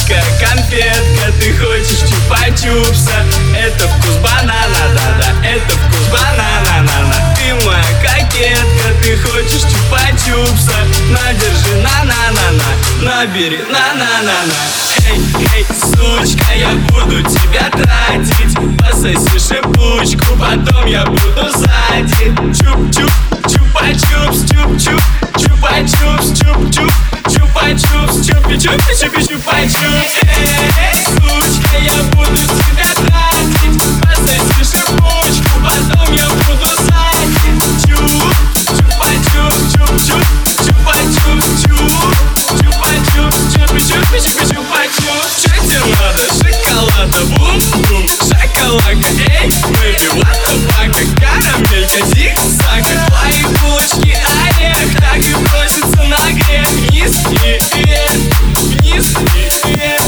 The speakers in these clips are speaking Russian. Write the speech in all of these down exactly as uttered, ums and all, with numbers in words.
сладкая конфетка, ты хочешь чупа-чупса. Это вкус банана, да-да, это вкус банана, на-на. Ты моя кокетка, ты хочешь чупа-чупса. Надержи на-на-на-на, набери на-на-на-на. Эй, эй, сучка, я буду тебя тратить. Пососи шипучку, потом я буду сзади. Чуп-чуп, чупа-чупс, чуп-чуп, чупа-чупс, чуп-чуп, чупа-чупс, чупи-чупи, чупи-чупа-чупс. Эй, сучка, я буду тебя тратить. Пососи шипучку, потом я буду сзади. Чуп, чупа-чупс, чуп-чуп, чупа-чупс, чуп, чупа-чупс, чупи-чупи, чупи-чупа-чупс. Чё тебе надо? Шоколада, бум-бум, шоколага, эй, бэйби, what the fuck? Карамелька, зигзаг, твои булочки орех, так и просится на грех. Вниз и вверх, вниз и вверх.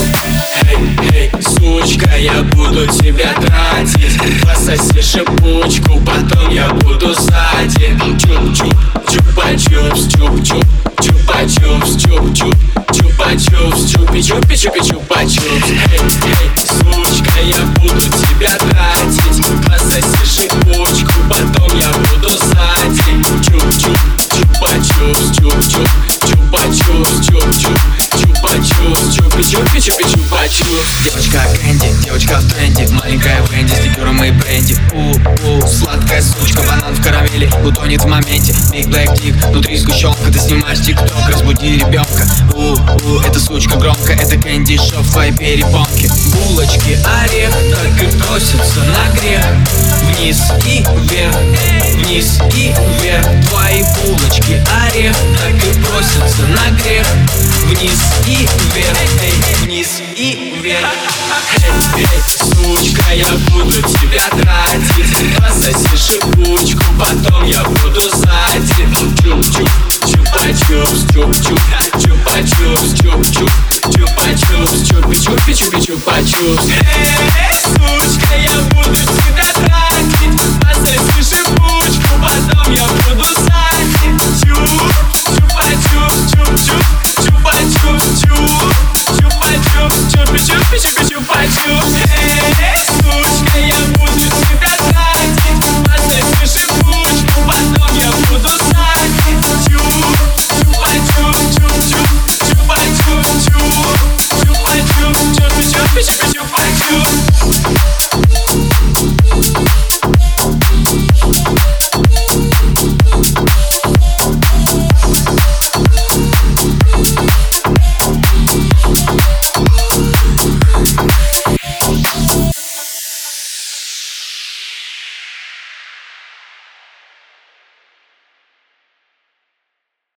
Эй, эй, сучка, я буду тебя тратить. Пососи шипучку, потом я буду сзади. Чуп-чуп, чупа-чупс, чуп-чуп, чупа-чупс, чуп-чуп, чупа-чупс, чупи-чупи, чупи-чупа-чупс. Эй, эй, сучка, я буду тебя тратить. Пососи шипучку, потом я буду сзади. Чуп-чуп, чупа-чупс, чуп-чуп, чупа-чупс, чуп-чуп, чупа-чупс, чупи-чупи, чупи-чупа-чупс. Девочка Кэнди, девочка в тренде, маленькая Венди, с ликером и бренди. У-у, сладкая сучка, банан в карамели, утонет в моменте. Big Black Dick, внутри сгущенка, ты снимаешь тикток, разбуди ребенка. У-у, эта сучка громко, это Кэнди Шоу в твоей перепонке. Булочки орех, так и просится на грех. Вниз и вверх, вниз и вверх. Твои булочки орех, так и просятся на грех. Вниз и вверх, эй, вниз и вверх. Эй, эй, сучка, я буду тебя тратить. Пососи шипучку, потом я буду сзади. Чуп-чуп, чупа-чупс, чуп-чуп, чупа-чупс, чуп-чуп, чупа-чупс, чупи-чупи, чупи-чупа-чупс. Эй,